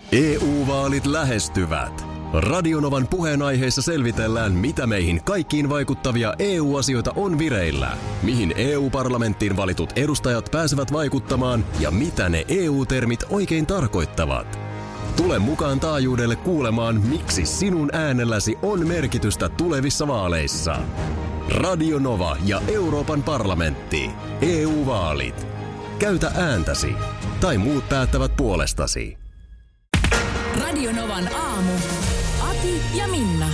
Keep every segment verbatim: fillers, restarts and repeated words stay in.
E U-vaalit lähestyvät. Radionovan puheenaiheessa selvitellään, mitä meihin kaikkiin vaikuttavia E U-asioita on vireillä, mihin E U-parlamenttiin valitut edustajat pääsevät vaikuttamaan ja mitä ne E U-termit oikein tarkoittavat. Tule mukaan taajuudelle kuulemaan, miksi sinun äänelläsi on merkitystä tulevissa vaaleissa. Radio Nova ja Euroopan parlamentti. E U-vaalit. Käytä ääntäsi. Tai muut päättävät puolestasi. Radio Novan aamu. Ati ja Minna.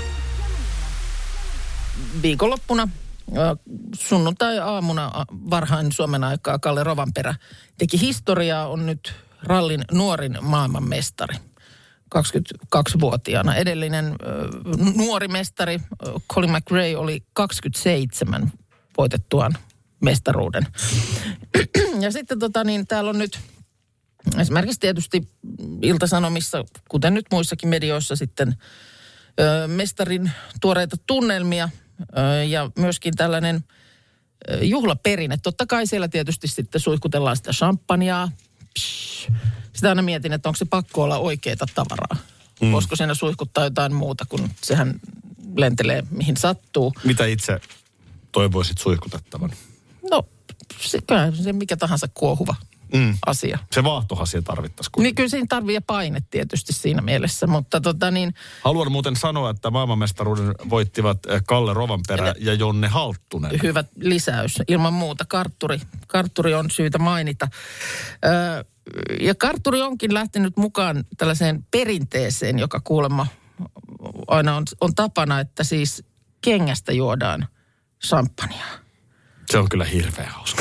Viikonloppuna sunnuntai-aamuna varhain Suomen aikaa Kalle Rovanperä teki historiaa, on nyt rallin nuorin maailmanmestari. kaksikymmentäkaksivuotiaana. Edellinen äh, nuori mestari äh, Colin McRae oli kaksikymmentäseitsemän voitettuaan mestaruuden. Ja sitten tota niin, täällä on nyt esimerkiksi tietysti Ilta-Sanomissa, kuten nyt muissakin medioissa sitten äh, mestarin tuoreita tunnelmia äh, ja myöskin tällainen äh, juhlaperinne. Totta kai siellä tietysti sitten suihkutellaan sitä champagnea. Psh. Sitä aina mietin, että onko se pakko olla oikeaa tavaraa. Mm. Voisiko siinä suihkuttaa jotain muuta, kun sehän lentelee mihin sattuu. Mitä itse toivoisit suihkutettavan? No, se, se mikä tahansa kuohuva mm. asia. Se vaahtohan siellä tarvittaisiin. Niin kyllä siinä tarvii ja paine tietysti siinä mielessä, mutta tota niin. Haluan muuten sanoa, että maailmanmestaruuden voittivat Kalle Rovanperä ja, ja Jonne Halttunen. Hyvä lisäys. Ilman muuta. Kartturi, kartturi on syytä mainita. Öö, Ja kartturi onkin lähtenyt mukaan tällaiseen perinteeseen, joka kuulemma aina on, on tapana, että siis kengästä juodaan champagnea. Se on kyllä hirveän hauska.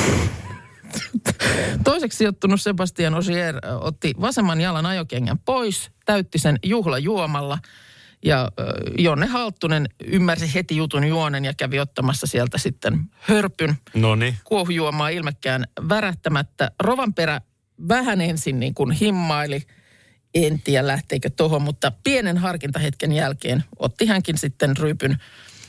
Toiseksi sijoittunut Sebastian Ogier otti vasemman jalan ajokengän pois, täytti sen juhlajuomalla ja Jonne Halttunen ymmärsi heti jutun juonen ja kävi ottamassa sieltä sitten hörpyn. Noniin. Kuohujuomaa ilmekkään värähtämättä. Rovanperä vähän ensin niin kuin himmaili, en tiedä lähteekö tohon, mutta pienen harkintahetken jälkeen otti hänkin sitten ryypyn äh,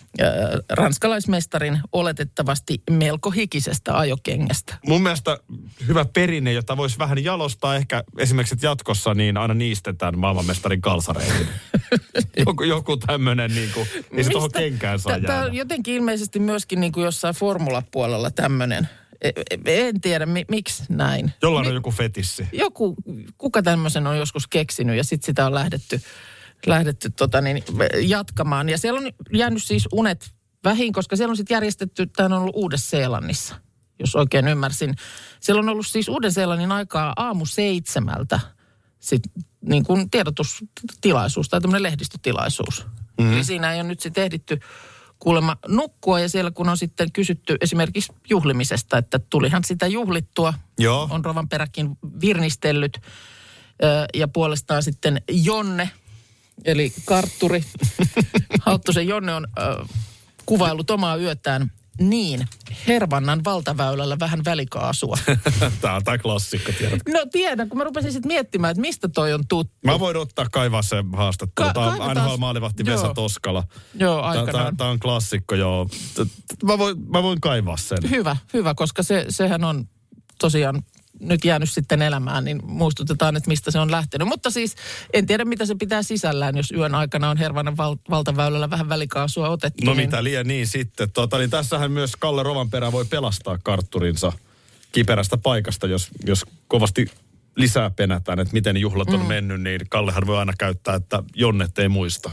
ranskalaismestarin oletettavasti melko hikisestä ajokengästä. Mun mielestä hyvä perinne, jota voisi vähän jalostaa ehkä esimerkiksi jatkossa, niin aina niistetään maailmanmestarin kalsareihin. joku joku tämmöinen, niin kuin, ei se tohon kenkään saa jäädä. Tämä on jotenkin ilmeisesti myöskin niin kuin jossain formulapuolella tämmöinen. En tiedä, miksi näin. Jollain on joku fetissi. Joku, kuka tämmöisen on joskus keksinyt ja sitten sitä on lähdetty, lähdetty tota niin, jatkamaan. Ja siellä on jäänyt siis unet vähin, koska siellä on sitten järjestetty, tämä on ollut Uudessa-Seelannissa, jos oikein ymmärsin. Siellä on ollut siis Uuden-Seelannin aikaa aamu seitsemältä sit, niin kuin tiedotustilaisuus tai tämmöinen lehdistötilaisuus. Mm-hmm. Eli siinä ei ole nyt sitten ehditty kuulemma nukkua ja siellä kun on sitten kysytty esimerkiksi juhlimisesta, että tulihan sitä juhlittua. Joo. On Rovanperäkin virnistellyt ja puolestaan sitten Jonne, eli kartturi. Halttusen Jonne on äh, kuvaillut omaa yötään niin, Hervannan valtaväylällä vähän välikaasua. Tämä on tämä klassikko, tiedätkö? No tiedän, kun mä rupesin sitten miettimään, että mistä toi on tuttu. Mä voin ottaa kaivaa sen haastattelu. Ka- Tämä on N H L-maalivahti Vesa Toskala. Joo, aikanaan. Tämä on klassikko, joo. Mä voin, mä voin kaivaa sen. Hyvä, hyvä, koska se, sehän on tosiaan nyt jäänyt sitten elämään, niin muistutetaan, että mistä se on lähtenyt. Mutta siis en tiedä, mitä se pitää sisällään, jos yön aikana on Hervannan val- valtaväylällä vähän välikaasua otettu. No niin mitä liian niin sitten. Tuota, niin tässähän myös Kalle Rovanperä voi pelastaa kartturinsa kiperästä paikasta, jos, jos kovasti lisää penätään, että miten juhlat on mm. mennyt, niin Kallehan voi aina käyttää, että Jonnet ei muista.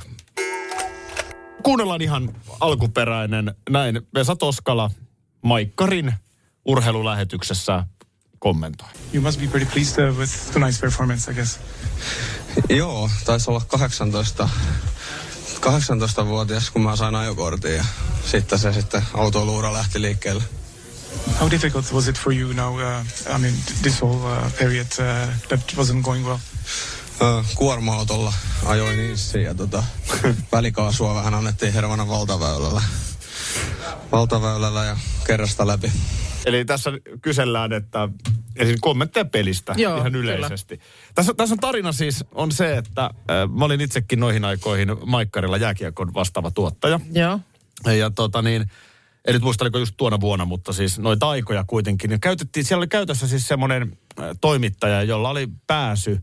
Kuunnellaan ihan alkuperäinen näin Vesa Toskala Maikkarin urheilulähetyksessä kommentoi. You must be pretty pleased uh, with tonight's performance, I guess. Joo, taisi olla kahdeksantoista, kahdeksantoistavuotias, kun mä sain ajokortin ja sitten se sitten autoiluura lähti liikkeelle. How difficult was it for you now, uh, I mean, this whole uh, period uh, that wasn't going well? Uh, kuorma-autolla ajoin niissä ja tota, välikaasua vähän annettiin Hervannan valtaväylällä. Valtaväylällä ja kerrasta läpi. Eli tässä kysellään, että esim. Kommentteja pelistä. Joo, ihan yleisesti. Tässä, tässä on tarina siis on se, että äh, mä olin itsekin noihin aikoihin Maikkarilla jääkiekon vastaava tuottaja. Joo. Ja tota niin, en nyt muista, oliko just tuona vuonna, mutta siis noita aikoja kuitenkin. Ja käytettiin, siellä oli käytössä siis semmoinen äh, toimittaja, jolla oli pääsy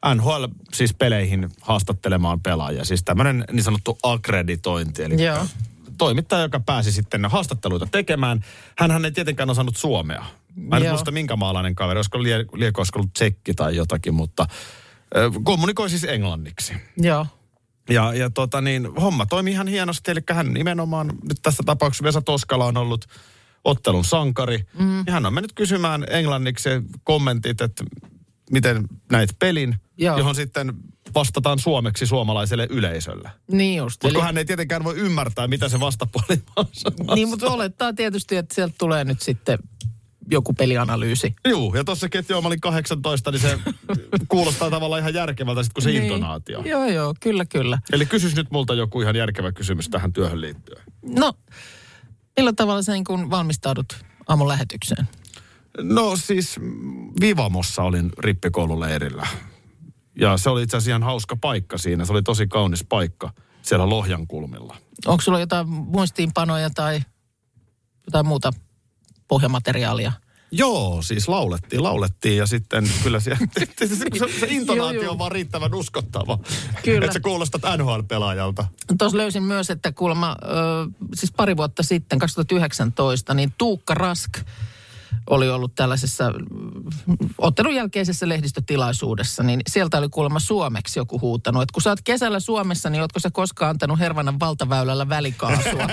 N H L siis peleihin haastattelemaan pelaajia. Siis tämmöinen niin sanottu akkreditointi. Eli Joo. toimittaja, joka pääsi sitten haastatteluita tekemään. Hänhän ei tietenkään osannut suomea. Mä en Joo. muista minkä maalainen kaveri, olisiko lie, lieko olisiko ollut tsekki tai jotakin, mutta ö, kommunikoi siis englanniksi. Joo. Ja, ja tota niin, homma toimi ihan hienosti, eli hän nimenomaan, nyt tässä tapauksessa Vesa Toskala on ollut ottelun sankari. Mm. Ja hän on mennyt kysymään englanniksi kommentit, että miten näit pelin, Joo. johon sitten vastataan suomeksi suomalaiselle yleisölle. Niin just. Mutta eli... hän ei tietenkään voi ymmärtää, mitä se vastapuoli on. Niin, mutta olettaa tietysti, että sieltä tulee nyt sitten joku pelianalyysi. Juu, ja tossakin, että joo, mä olin kahdeksantoista, niin se kuulostaa tavallaan ihan järkevältä sitten, kun se niin. intonaatio. Joo, joo, kyllä, kyllä. Eli kysys nyt multa joku ihan järkevä kysymys tähän työhön liittyen. No, millä tavalla sä niin kun valmistaudut aamun lähetykseen? No siis Vivamossa olin rippikoululeirillä. Ja se oli itse asiassa ihan hauska paikka siinä. Se oli tosi kaunis paikka siellä Lohjan kulmilla. Onko sulla jotain muistiinpanoja tai jotain muuta pohjamateriaalia? Joo, siis laulettiin, laulettiin ja sitten kyllä se, se, se, se intonaatio Joo, joo. on vaan riittävän uskottava. Kyllä. Että sä kuulostat N H L-pelaajalta. Tuossa löysin myös, että kuulemma, ö, siis pari vuotta sitten, kaksituhattayhdeksäntoista, niin Tuukka Rask oli ollut tällaisessa mm, ottelun jälkeisessä lehdistötilaisuudessa, niin sieltä oli kuulemma suomeksi joku huutanut, että kun sä oot kesällä Suomessa, niin ootko sä koskaan antanut Hervannan valtaväylällä välikaasua?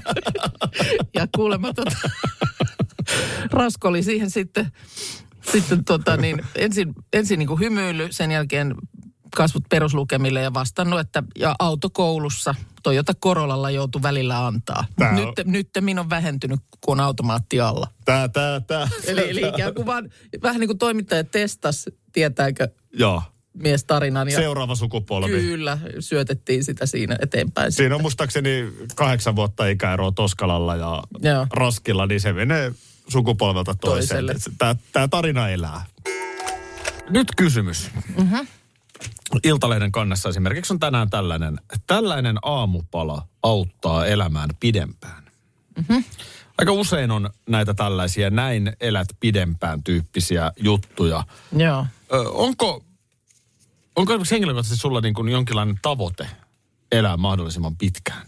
Ja kuulemma tota, Rask oli siihen sitten, sitten tota niin, ensin, ensin niin kuin hymyily, sen jälkeen kasvut peruslukemille ja vastannut, että ja autokoulussa Toyota Corollalla joutui välillä antaa. Tää Nyt, on... nyt min on vähentynyt, kun on automaatti alla. Tää, tää, tää. Eli, eli ikään kuin vaan, vähän niin kuin toimittaja testas, tietääkö Joo. mies tarinan. Ja Seuraava sukupolvi. kyllä, syötettiin sitä siinä eteenpäin. Siinä on muistaakseni kahdeksan vuotta ikäeroa Toskalalla ja Joo. Raskilla, niin se menee sukupolvelta toiselle. Toiselle. Tämä, tämä tarina elää. Nyt kysymys. Mm-hmm. Iltalehden kannessa esimerkiksi on tänään tällainen. Tällainen aamupala auttaa elämään pidempään. Mm-hmm. Aika usein on näitä tällaisia näin elät pidempään tyyppisiä juttuja. Joo. Ö, onko, onko esimerkiksi henkilökohtaisesti sulla niin kuin jonkinlainen tavoite elää mahdollisimman pitkään?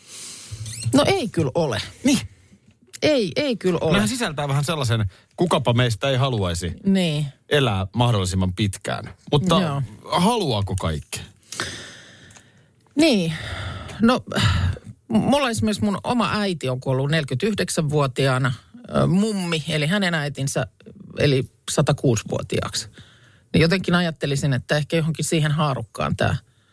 No ei kyllä ole. Niin. Ei, ei kyllä ole. Nehän sisältää vähän sellaisen, kukapa meistä ei haluaisi Niin. elää mahdollisimman pitkään. Mutta Joo. haluaako kaikki? Niin. No, mulla esimerkiksi mun oma äiti on kuollut neljäkymmentäyhdeksänvuotiaana. Mummi, eli hänen äitinsä, eli satakuusivuotiaaksi. Niin jotenkin ajattelisin, että ehkä johonkin siihen haarukkaan tämä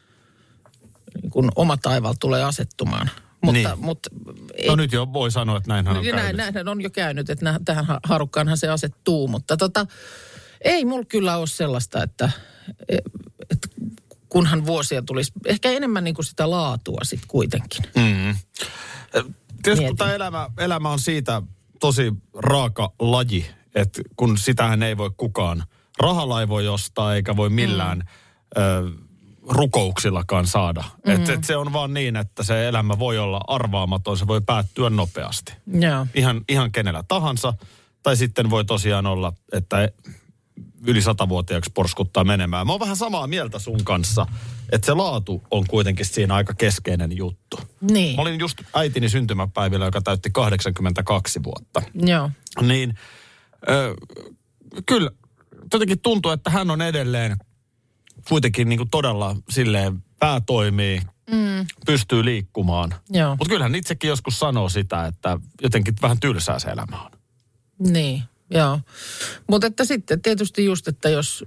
niin kun oma taival tulee asettumaan. Mutta, Niin. mutta ei, No nyt jo voi sanoa, että näinhän on näin, käynyt. näinhän on jo käynyt, että nä, tähän ha- harukkaanhan se asettuu. Mutta tota, ei mulla kyllä ole sellaista, että, että kunhan vuosia tulisi, ehkä enemmän niin kuin sitä laatua sitten kuitenkin. Mm. Tietysti kun Mietin. tämä elämä, elämä on siitä tosi raaka laji, että kun sitähän ei voi kukaan, rahalla ei voi ostaa eikä voi millään mm. ö, rukouksillakaan saada. Mm. Että et se on vaan niin, että se elämä voi olla arvaamaton, se voi päättyä nopeasti. Joo. Ihan, ihan kenellä tahansa. Tai sitten voi tosiaan olla, että yli satavuotiaaksi porskuttaa menemään. Mä oon vähän samaa mieltä sun kanssa, että se laatu on kuitenkin siinä aika keskeinen juttu. Niin. Mä olin just äitini syntymäpäivillä, joka täytti kahdeksankymmentäkaksi vuotta. Joo. Niin ö, kyllä jotenkin tuntuu, että hän on edelleen kuitenkin niin kuin todella silleen pää toimii, mm. pystyy liikkumaan. Joo. Mutta kyllähän itsekin joskus sanoo sitä, että jotenkin vähän tylsää se elämä on. Niin, joo. Mutta että sitten tietysti just, että jos,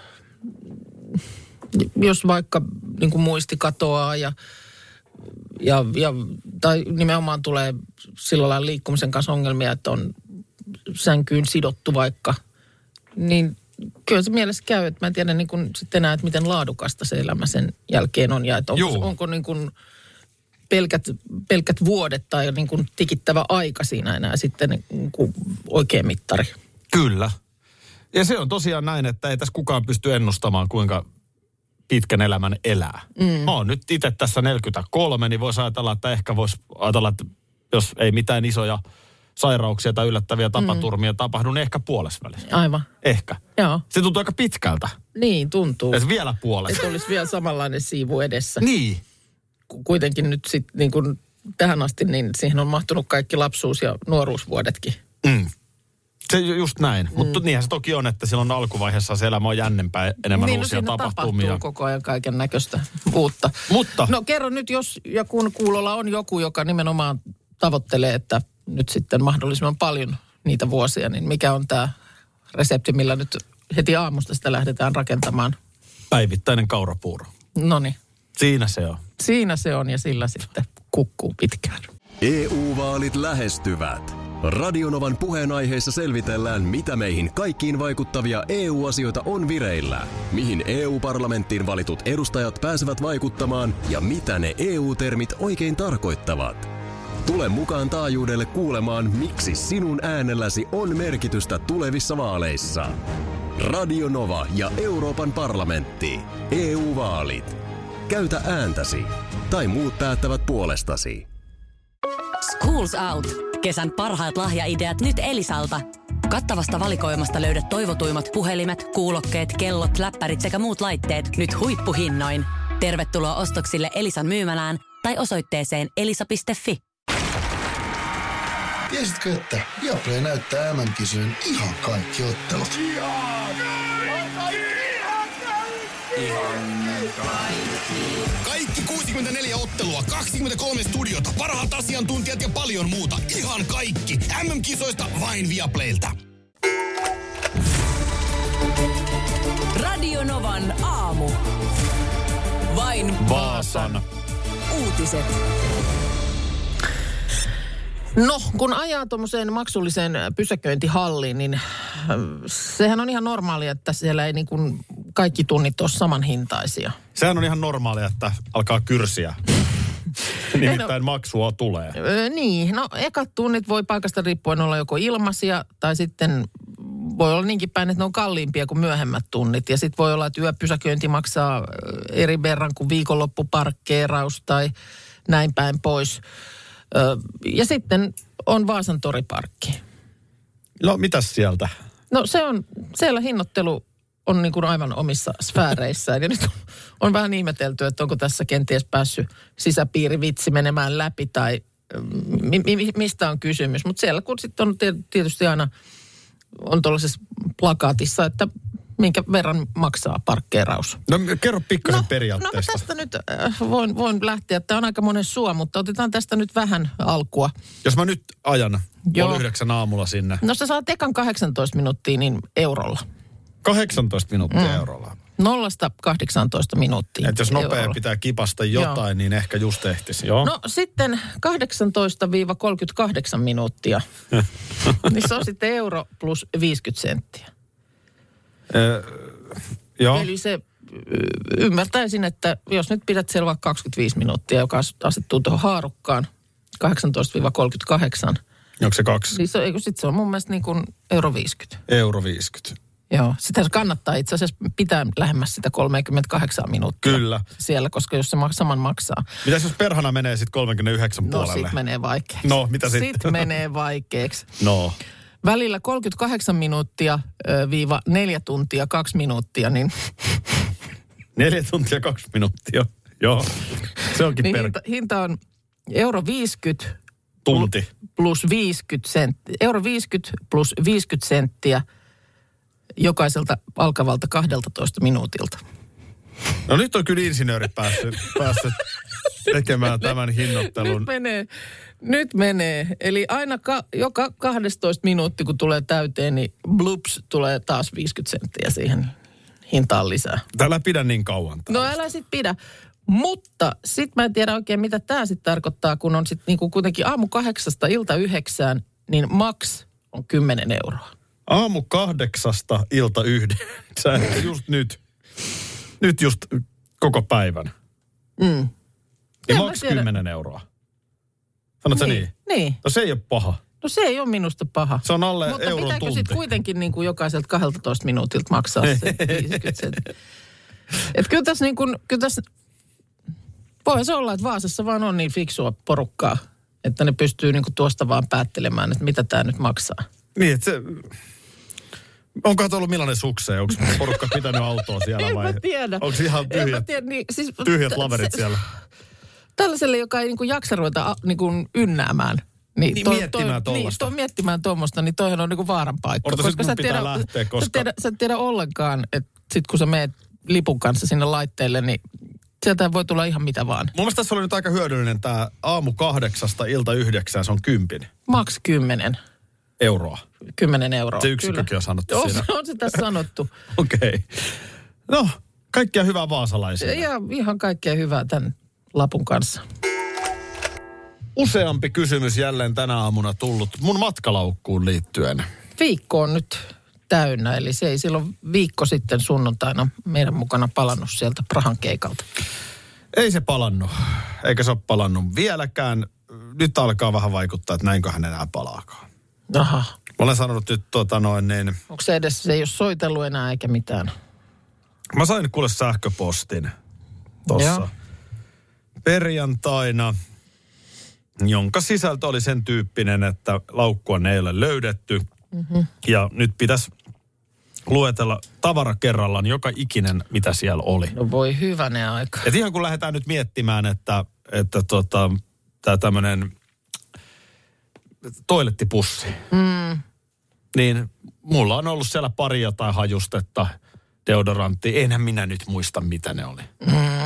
jos vaikka niin kuin muisti katoaa ja, ja, ja, tai nimenomaan tulee sillä lailla liikkumisen kanssa ongelmia, että on sänkyyn sidottu vaikka, niin kyllä se mielessä käy, että mä en tiedä niin kuin sitten enää, että miten laadukasta se elämä sen jälkeen on ja että onko, onko niin kuin pelkät, pelkät vuodet tai niin kuin tikittävä aika siinä enää sitten niin kuin oikea mittari. Kyllä. Ja se on tosiaan näin, että ei tässä kukaan pysty ennustamaan, kuinka pitkän elämän elää. Mm. Mä oon nyt itse tässä neljäkymmentäkolme, niin voisi ajatella, että ehkä voisi ajatella, että jos ei mitään isoja sairauksia tai yllättäviä tapaturmia mm. tapahdu, niin ehkä puolesvälissä. Aivan. Ehkä. Joo. Se tuntuu aika pitkältä. Niin, tuntuu. Et vielä puolet. Että olisi vielä samanlainen siivu edessä. Niin. Kuitenkin nyt sitten niin kuin tähän asti, niin siihen on mahtunut kaikki lapsuus- ja nuoruusvuodetkin. Mm. Se just näin. Mm. Mutta niinhän se toki on, että silloin alkuvaiheessa se elämä on jännempää, enemmän niin, uusia no tapahtumia. Tapahtuu koko ajan kaiken näköistä uutta. Mutta. No kerro nyt, jos ja kun kuulolla on joku, joka nimenomaan tavoittelee, että nyt sitten mahdollisimman paljon niitä vuosia, niin mikä on tämä resepti, millä nyt heti aamusta sitä lähdetään rakentamaan? Päivittäinen kaurapuuro. Noniin. Siinä se on. Siinä se on ja sillä sitten kukkuu pitkään. E U-vaalit lähestyvät. Radionovan puheenaiheessa selvitellään, mitä meihin kaikkiin vaikuttavia E U-asioita on vireillä, mihin E U-parlamenttiin valitut edustajat pääsevät vaikuttamaan ja mitä ne E U-termit oikein tarkoittavat. Tule mukaan taajuudelle kuulemaan, miksi sinun äänelläsi on merkitystä tulevissa vaaleissa. Radio Nova ja Euroopan parlamentti. E U-vaalit. Käytä ääntäsi. Tai muut päättävät puolestasi. Schools Out. Kesän parhaat lahjaideat nyt Elisalta. Kattavasta valikoimasta löydät toivotuimmat puhelimet, kuulokkeet, kellot, läppärit sekä muut laitteet nyt huippuhinnoin. Tervetuloa ostoksille Elisan myymälään tai osoitteeseen elisa piste fi. Tiesitkö, että Viaplay näyttää M M-kisojen ihan kaikki ottelut? Kaikki kuusikymmentäneljä ottelua, kaksikymmentäkolme studiota, parhaat asiantuntijat ja paljon muuta. Ihan kaikki. M M-kisoista vain Viaplaylta. Radio Novan aamu. Vain Vaasan uutiset. No, kun ajaa tuommoiseen maksulliseen pysäköintihalliin, niin sehän on ihan normaalia, että siellä ei niin kuin kaikki tunnit ole samanhintaisia. Sehän on ihan normaalia, että alkaa kyrsiä. Nimittäin no, maksua tulee. Ö, niin, no ekat tunnit voi paikasta riippuen olla joko ilmaisia tai sitten voi olla niinkin päin, että ne on kalliimpia kuin myöhemmät tunnit. Ja sitten voi olla, että yöpysäköinti maksaa eri verran kuin viikonloppuparkkeeraus tai näin päin pois. Ö, ja sitten on Vaasan toriparkki. No, mitäs sieltä? No se on, siellä hinnoittelu on niin kuin aivan omissa sfääreissään. Ja nyt on, on vähän ihmetelty, että onko tässä kenties päässyt sisäpiirivitsi menemään läpi tai mi, mi, mistä on kysymys. Mutta siellä kun sitten on tietysti aina on tuollaisessa plakaatissa, että minkä verran maksaa parkkeeraus. No kerro pikkasen no, periaatteesta. No tästä nyt äh, voin, voin lähteä. Tämä on aika monen sua, mutta otetaan tästä nyt vähän alkua. Jos mä nyt ajan Joo. puoli yhdeksän aamulla sinne. No sä saat ekan kahdeksantoista minuuttia niin eurolla. kahdeksantoista minuuttia Mm. eurolla. Nollasta kahdeksantoista minuuttia. Että jos nopea eurolla. pitää kipasta jotain, Joo. niin ehkä just ehtisi. Joo. No sitten kahdeksantoista kolmekymmentäkahdeksan minuuttia. Niin se on sitten euro plus viisikymmentä senttiä. Öö, joo. Eli se ymmärtäisin, että jos nyt pidät siellä vaikka kaksikymmentäviisi minuuttia, joka asettuu tuohon haarukkaan kahdeksantoista kolmekymmentäkahdeksan. Onko se kaksi? Siis sitten se on mun mielestä niin kuin euro viisikymmentä. Euro viisikymmentä. Joo, sitä kannattaa itse asiassa pitää lähemmäs sitä kolmekymmentäkahdeksan minuuttia. Kyllä. Siellä, koska jos se saman maksaa. Mitäs jos perhana menee sitten kolmekymmentäyhdeksän no, puolelle? No sit menee vaikeaksi. No, mitä sitten? Sitten menee vaikeaksi. No. Välillä kolmekymmentäkahdeksan minuuttia ö, viiva neljä tuntia, kaksi minuuttia, niin... Neljä tuntia, kaksi minuuttia, joo. Se onkin niin per... hinta, hinta on euro viisikymmentä... Tunti. Plus viisikymmentä senttiä. Euro viisikymmentä plus viisikymmentä senttiä jokaiselta alkavalta kahdeltatoista minuutilta. No nyt on kyllä insinööri päässyt, päässyt tekemään tämän hinnoittelun. Nyt menee, nyt menee. Eli aina ka, joka kahdestoista minuutti, kun tulee täyteen, niin blups tulee taas viisikymmentä senttiä siihen hintaan lisää. Täällä pidä niin kauan. No älä sit pidä. Mutta sit mä en tiedä oikein, mitä tää sit tarkoittaa, kun on sit niinku kuitenkin aamu kahdeksasta ilta yhdeksään, niin maks on kymmenen euroa. Aamu kahdeksasta ilta yhdeksään. Just nyt. Nyt just koko päivän. Mm. Ja maks kymmenen euroa. Sanotko niin, niin? Niin. No se ei ole paha. No se ei ole minusta paha. Se on alle mutta euron tunti. Mutta pitääkö sitten kuitenkin niin kuin jokaiselta kahdeltatoista minuutilta maksaa se viisikymmentä senttiä? Että kyllä tässä niin kuin, kyllä tässä, voihan se olla, että Vaasassa vaan on niin fiksua porukkaa, Että ne pystyy niinku tuosta vaan päättelemään, että mitä tämä nyt maksaa. Niin, että se... Onkohan ollut millainen sukseen? Onko porukka pitänyt autoa siellä vai? En mä tiedä. Onko ihan tyhjät, en mä tiedä, niin, siis, tyhjät laverit se, siellä? Tällaiselle, joka ei niinku jaksa ruveta niinku ynnäämään. Niin, niin toi, miettimään toi, tuollaista. Niin, miettimään tuommoista, niin toihan on niinku vaaran paikka. Odotas, koska sä et tiedä, lähteä, koska... sä, tiedä, sä et tiedä ollenkaan, että sit kun sä meet lipun kanssa sinne laitteelle, niin sieltä voi tulla ihan mitä vaan. Mun mielestä tässä oli nyt aika hyödyllinen tämä aamu kahdeksasta ilta yhdeksään, se on kympin. Maks kymmenen. Euroa. Kymmenen euroa. Se yksikkökin on sanottu on, siinä. On se tässä sanottu. Okei. Okay. No, kaikkia hyvää vaasalaisille. Ja ihan kaikkea hyvää tämän lapun kanssa. Useampi kysymys jälleen tänä aamuna tullut mun matkalaukkuun liittyen. Viikko on nyt täynnä, eli se ei silloin viikko sitten sunnuntaina meidän mukana palannut sieltä Prahan keikalta. Ei se palannut, eikä se ole palannut vieläkään. Nyt alkaa vähän vaikuttaa, että näinköhän enää palaakaan. Aha. Mä olen sanonut nyt tota noin niin... Onko se edes, se ei ole soitellut enää eikä mitään? Mä sain kuule sähköpostin tossa perjantaina, jonka sisältö oli sen tyyppinen, että laukkua ei ole löydetty. Mm-hmm. Ja nyt pitäisi luetella tavara kerrallaan joka ikinen, mitä siellä oli. No voi hyvänen aika. Et ihan kun lähdetään nyt miettimään, että, että tota, tämä tämmöinen toilettipussi, mm. niin mulla on ollut siellä pari jotain hajustetta, deodorantti. Enhän minä nyt muista, mitä ne oli. Mm.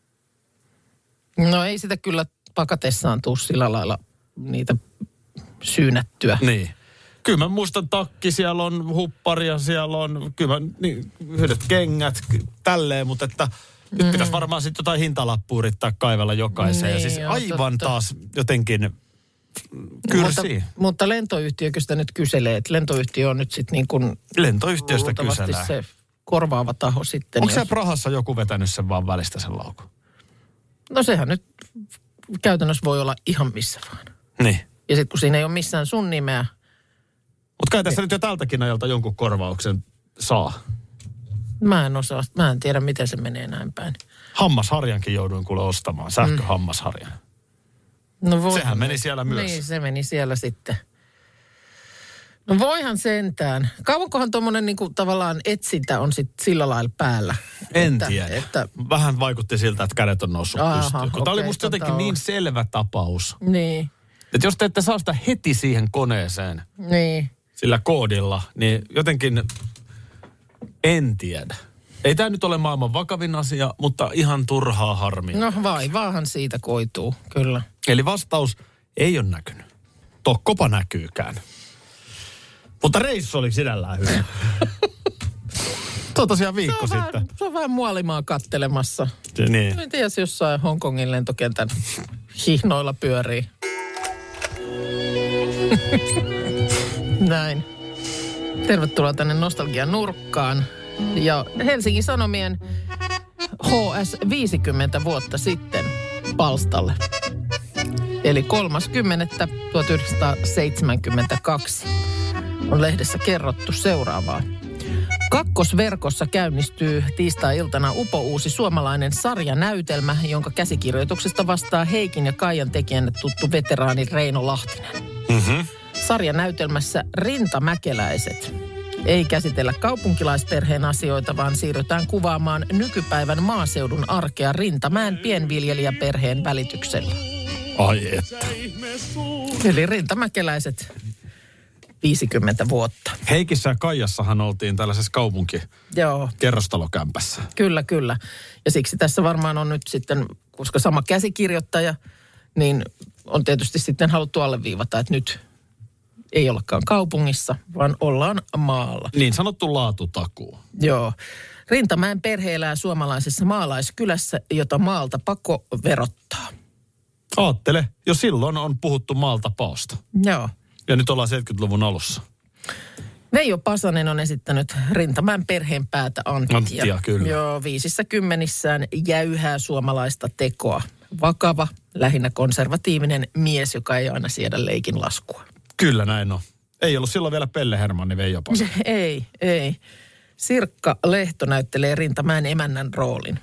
No ei sitä kyllä pakatessaan tuu sillä lailla niitä syynättyä. Niin. Kyllä mä muistan takki, siellä on hupparia, siellä on kyllä mä, niin, yhdet kengät, tälleen, mutta että mm. nyt pitäisi varmaan sitten jotain hintalappua yrittää kaivella jokaiseen. Niin, ja siis aivan totta. Taas jotenkin kyrsii. Mutta, mutta lentoyhtiökö sitä nyt kyselee, että lentoyhtiö on nyt sitten niin kuin... Lentoyhtiöstä kyselee. Se korvaava taho sitten. Onko jos... siellä Prahassa joku vetänyt sen vaan välistä sen laukun? No sehän nyt käytännössä voi olla ihan missä vaan. Niin. Ja sitten kun siinä ei ole missään sun nimeä. Mutta kai tässä nyt jo tältäkin ajalta jonkun korvauksen saa. Mä en osaa, mä en tiedä miten se menee näin päin. Hammasharjankin jouduin kuule ostamaan, sähköhammasharjan. No voi, sehän meni siellä myös. Niin, se meni siellä sitten. No voihan sentään. Kauankohan tuommoinen niinku tavallaan etsintä on sitten sillä lailla päällä? En että, tiedä. Että... Vähän vaikutti siltä, että kädet on noussut Aha, pystyyn. Kun okay, tämä oli musta jotenkin tota niin selvä tapaus. Niin. Että jos te ette saa sitä heti siihen koneeseen niin. sillä koodilla, niin jotenkin en tiedä. Ei tämä nyt ole maailman vakavin asia, mutta ihan turhaa harmia. No vaivaahan siitä koituu, kyllä. Eli vastaus ei ole näkynyt. Tokkopa näkyykään. Mutta reissu oli sinällään hyvä. Se on tosiaan viikko se on sitten. Vähän, se on vähän muolimaa kattelemassa. Se, niin. En tiedä, jos jossain Hongkongin lentokentän hihnoilla pyörii. Näin. Tervetuloa tänne Nostalgian nurkkaan. Ja Helsingin Sanomien H S viisikymmentä vuotta sitten palstalle. Eli kolmas kymmenettä tuhatyhdeksänsataaseitsemänkymmentäkaksi on lehdessä kerrottu seuraavaa. Kakkosverkossa käynnistyy tiistai-iltana upouusi suomalainen sarjanäytelmä, jonka käsikirjoituksesta vastaa Heikin ja Kaijan tekijänne tuttu veteraani Reino Lahtinen. Mm-hmm. Sarjanäytelmässä Rintamäkeläiset ei käsitellä kaupunkilaisperheen asioita, vaan siirrytään kuvaamaan nykypäivän maaseudun arkea Rintamäen pienviljelijäperheen välityksellä. Ai että. Eli Rintamäkeläiset viisikymmentä vuotta. Heikissä ja Kaijassahan oltiin tällaisessa kaupunkikerrostalokämpässä. Kyllä, kyllä. Ja siksi tässä varmaan on nyt sitten, koska sama käsikirjoittaja, niin on tietysti sitten haluttu alleviivata, että nyt ei ollakaan kaupungissa, vaan ollaan maalla. Niin sanottu laatutakuu. Joo. Rintamäen perhe elää suomalaisessa maalaiskylässä, jota maalta pakko verottaa. Aattele, jo silloin on puhuttu maalta paosta. Joo. Ja nyt ollaan seitsemänkymmentäluvun alussa. Veijo Pasanen on esittänyt Rintamäen perheen päätä Anttia. Anttia, kyllä. Joo, viisissä kymmenissään jäyhää suomalaista tekoa. Vakava, lähinnä konservatiivinen mies, joka ei aina siedä leikin laskua. Kyllä näin on. Ei ollut silloin vielä Pelle Hermanni Veijo Pasanen. Ei, ei. Sirkka Lehto näyttelee Rintamäen emännän roolin.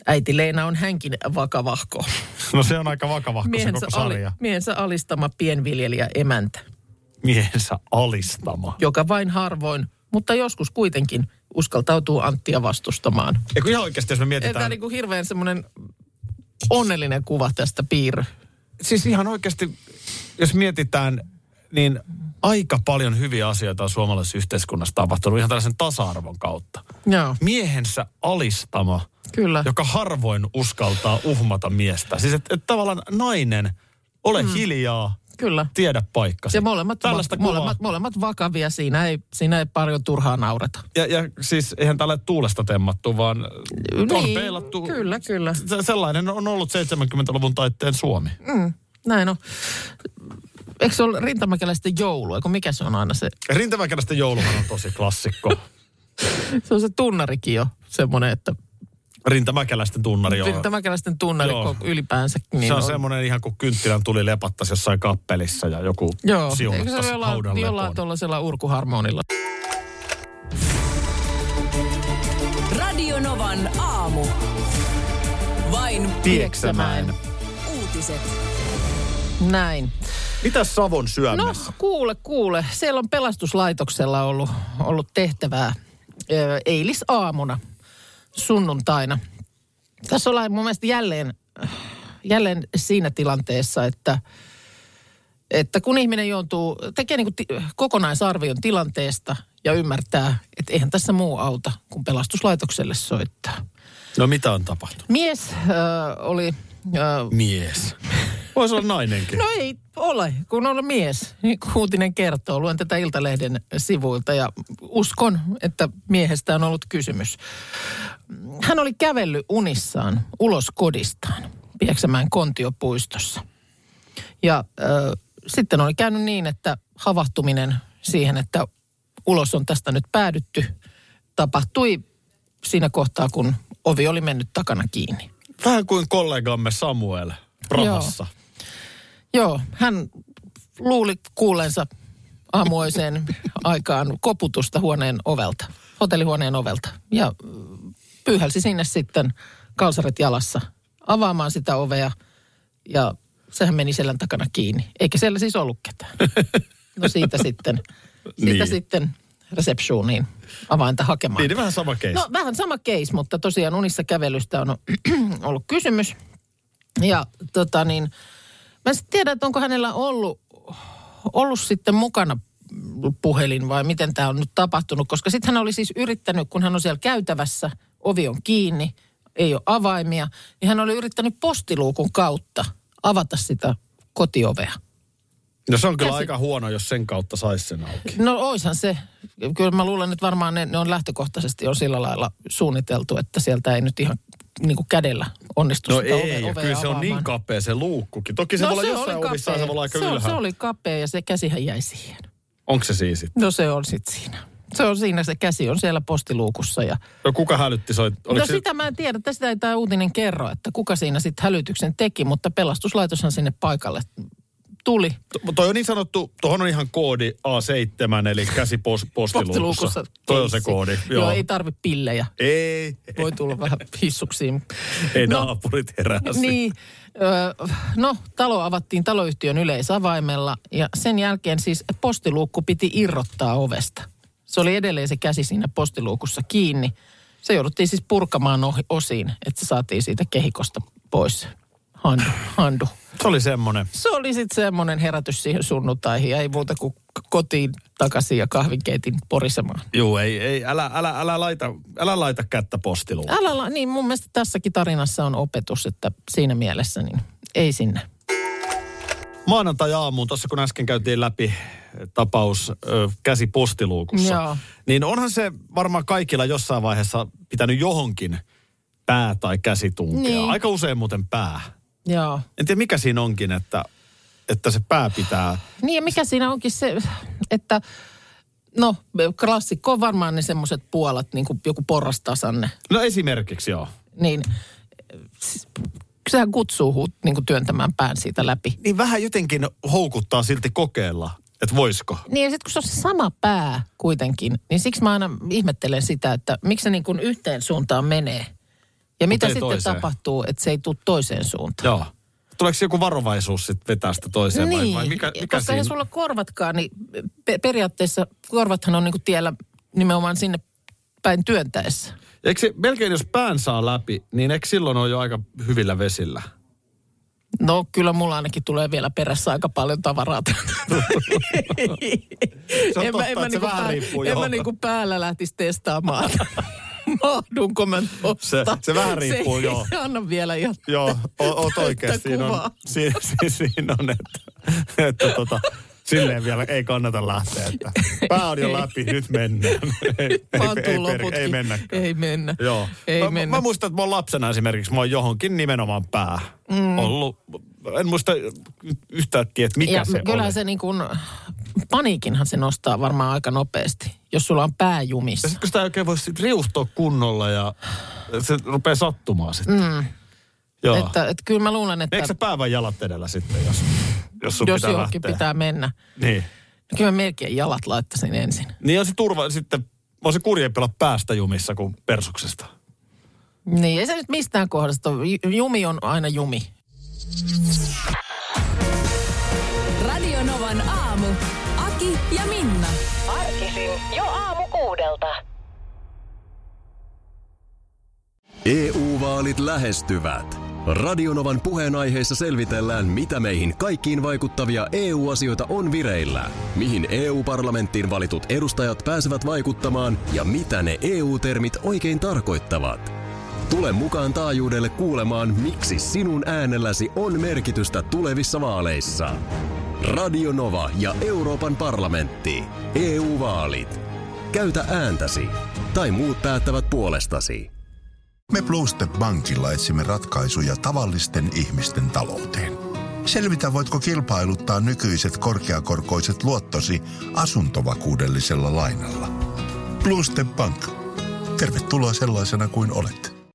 Äiti Leena on hänkin vakavahko. No se on aika vakavahko se Miehensä, koko sarja. ali, miehensä alistama pienviljelijä emäntä. Miehensä alistama. Joka vain harvoin, mutta joskus kuitenkin uskaltautuu Anttia vastustamaan. Ja kun ihan oikeasti, jos me mietitään... Tämä on niin kuin hirveän semmoinen onnellinen kuva tästä piirry. Siis ihan oikeasti, jos mietitään, niin aika paljon hyviä asioita on suomalaisessa yhteiskunnassa tapahtunut ihan tällaisen tasa-arvon kautta. Joo. Miehensä alistama, Kyllä. joka harvoin uskaltaa uhmata miestä. Siis että et tavallaan nainen, ole mm. hiljaa, Kyllä. tiedä paikkasi. Ja molemmat, va- molemmat, molemmat vakavia, siinä ei, siinä ei paljon turhaa naureta. Ja, ja siis eihän tällä tuulesta temmattu, vaan niin, on peilattu. Kyllä, kyllä. Se, sellainen on ollut seitsemänkymmentäluvun taitteen Suomi. Mm, näin on. Eikö se ole rintamakeläisten joulu? Eikö mikä se on aina se? Rintamakeläisten jouluhan on tosi klassikko. Se on se tunnarikin jo semmoinen, että... Rintamäkeläisten tunnari on. Rintamäkeläisten tunnari ylipäänsä. Niin se on, on semmoinen ihan kuin kynttilän tuli lepattaisi jossain kappelissa ja joku siunattaisi haudan lepoon. Jollain tuollaisella urkuharmonilla. Radio Novan aamu. Vain Pieksämäen uutiset. Näin. Mitäs Savon Syömessä? No kuule, kuule. Siellä on pelastuslaitoksella ollut, ollut tehtävää ö, eilisaamuna. Sunnuntaina. Tässä ollaan mun mielestä jälleen, jälleen siinä tilanteessa, että, että kun ihminen joutuu, tekee niin kuin ti, kokonaisarvion tilanteesta ja ymmärtää, että eihän tässä muu auta, kun pelastuslaitokselle soittaa. No mitä on tapahtunut? Mies äh, oli... Äh, mies. Voisi olla nainenkin. No ei ole, kun on mies. Niin kuin uutinen kertoo. Luen tätä Iltalehden sivuilta ja uskon, että miehestä on ollut kysymys. Hän oli kävellyt unissaan ulos kodistaan Pieksämäen Kontiopuistossa. Ja äh, sitten oli käynyt niin, että havahtuminen siihen, että ulos on tästä nyt päädytty, tapahtui siinä kohtaa, kun ovi oli mennyt takana kiinni. Vähän kuin kollegamme Samuel Prahassa. Joo, Joo hän luuli kuulensa aamuiseen aikaan koputusta huoneen ovelta, hotellihuoneen ovelta. Ja pyyhälsi sinne sitten kalsarit jalassa avaamaan sitä ovea ja sehän meni selän takana kiinni. Eikä siellä siis ollut ketään. No siitä sitten, siitä niin. sitten reseptioniin avainta hakemaan. Niin, vähän sama case. No vähän sama case, mutta tosiaan unissa kävelystä on ollut kysymys. Ja tota niin, mä en tiedä, että onko hänellä ollut, ollut sitten mukana puhelin vai miten tämä on nyt tapahtunut. Koska sitten hän oli siis yrittänyt, kun hän on siellä käytävässä, ovi on kiinni, ei ole avaimia, niin hän oli yrittänyt postiluukun kautta avata sitä kotiovea. No se on kyllä Käsi... aika huono, jos sen kautta saisi sen auki. No oishan se. Kyllä mä luulen, että varmaan ne, ne on lähtökohtaisesti on sillä lailla suunniteltu, että sieltä ei nyt ihan niin kuin kädellä onnistu no sitä ei, ove, ja ovea kyllä se avaamaan. on niin kapea se luukkukin. Toki se no, voi olla se jossain ovissa, se voi olla aika se, ylhäällä. Se oli kapea ja se käsihän jäi siihen. Onko se siis sitten? No se on sitten siinä. Se on siinä, se käsi on siellä postiluukussa. Ja... No kuka hälytti? Soit, no se... sitä mä en tiedä. Tästä ei tämä uutinen kerro, että kuka siinä sitten hälytyksen teki, mutta pelastuslaitoshan sinne paikalle tuli. To, toi on niin sanottu, tuohon on ihan koodi A seitsemän, eli käsi post, postiluukussa. Toi on se koodi. Joo, joo ei tarvi pillejä. Ei. Voi tulla vähän hissuksiin. Ei no, naapurit heräsi. Niin. Ö, no, talo avattiin taloyhtiön yleisavaimella ja sen jälkeen siis postiluukku piti irrottaa ovesta. Se oli edelleen se käsi siinä postiluukussa kiinni. Se jouduttiin siis purkamaan osiin, että se saatiin siitä kehikosta pois. Handu, handu. Se oli semmoinen. Se oli sitten semmoinen herätys siihen sunnuntaihin. Ja ei muuta kuin kotiin takaisin ja kahvinkeitin porisemaan. Joo, ei, ei älä, älä, älä, laita, älä laita kättä postiluun. Älä, niin mun mielestä tässäkin tarinassa on opetus, että siinä mielessä niin ei sinne. Maanantai-aamuun, tuossa kun äsken käytiin läpi tapaus ö, käsi postiluukussa, Joo. niin onhan se varmaan kaikilla jossain vaiheessa pitänyt johonkin pää tai käsi tunkea. Niin. Aika usein muuten pää. Joo. En tiedä mikä siinä onkin, että, että se pää pitää... Niin ja mikä siinä onkin se, että no klassikko on varmaan ne semmoiset puolat, niin kuin joku porrastasanne. No esimerkiksi joo. Niin sehän kutsuu niin kuin työntämään pään siitä läpi. Niin vähän jotenkin houkuttaa silti kokeilla, että voisiko. Niin ja sitten kun se on se sama pää kuitenkin, niin siksi mä aina ihmettelen sitä, että miksi se niin kuin yhteen suuntaan menee. Ja mitä ei sitten toiseen. tapahtuu, että se ei tule toiseen suuntaan? Joo. Tuleeko joku varovaisuus sitten vetää sitä toiseen niin, vai, vai mikä, mikä koska siinä? ei sulla korvatkaan, niin pe- periaatteessa korvathan on niinku tiellä nimenomaan sinne päin työntäessä. Eikö se, melkein jos pään saa läpi, niin eikö silloin ole jo aika hyvillä vesillä? No kyllä mulla ainakin tulee vielä perässä aika paljon tavaraa. Se on en totta, mä, en mä, että se niinku vähän pää, riippuu en joo. mä niinku päällä lähtisi testaamaan. Mahdunko mä tosta? Se, se vähän riippuu, se, joo. Se anna vielä ihan Joo, oot oikein. Siinä on, siinä, siinä on, että, että tota, silleen vielä ei kannata lähteä. Että pää on jo läpi, nyt mennään. Ei, ei, ei, ei mennäkään. Ei mennä. Joo. Ei mä, mennä. mä muistan, että mä oon lapsena esimerkiksi, mä oon johonkin nimenomaan pää mm. ollut. En muista yhtäkkiä, että mikä ja se kyllähän oli. se niin kuin, paniikinhan se nostaa varmaan aika nopeasti, jos sulla on pää jumissa. Ja sitten kun sitä ei oikein voi sit riuhtoa kunnolla ja se rupeaa sattumaan sitten. Mm. Joo. Että, että kyllä mä luulen, että... Eikö se pää vai jalat edellä sitten, jos, jos sun jos pitää johonkin lähteä? pitää mennä. Niin. Kyllä mä melkein jalat laittaisin ensin. Niin on se turva sitten, on se kurjempi olla päästä jumissa kuin persuksesta. Niin, ei se nyt mistään kohdasta ole. Jumi on aina jumi. Radio Novan aamu. Aki ja Minna. Arkisin jo aamu kuudelta. E U-vaalit lähestyvät. Radionovan puheenaiheessa selvitellään, mitä meihin kaikkiin vaikuttavia E U-asioita on vireillä, mihin E U-parlamenttiin valitut edustajat pääsevät vaikuttamaan ja mitä ne E U-termit oikein tarkoittavat. Tule mukaan taajuudelle kuulemaan, miksi sinun äänelläsi on merkitystä tulevissa vaaleissa. Radio Nova ja Euroopan parlamentti. E U-vaalit. Käytä ääntäsi. Tai muut päättävät puolestasi. Me Bluestep Bankilla etsimme ratkaisuja tavallisten ihmisten talouteen. Selvitä, voitko kilpailuttaa nykyiset korkeakorkoiset luottosi asuntovakuudellisella lainalla. Bluestep Bank. Tervetuloa sellaisena kuin olet.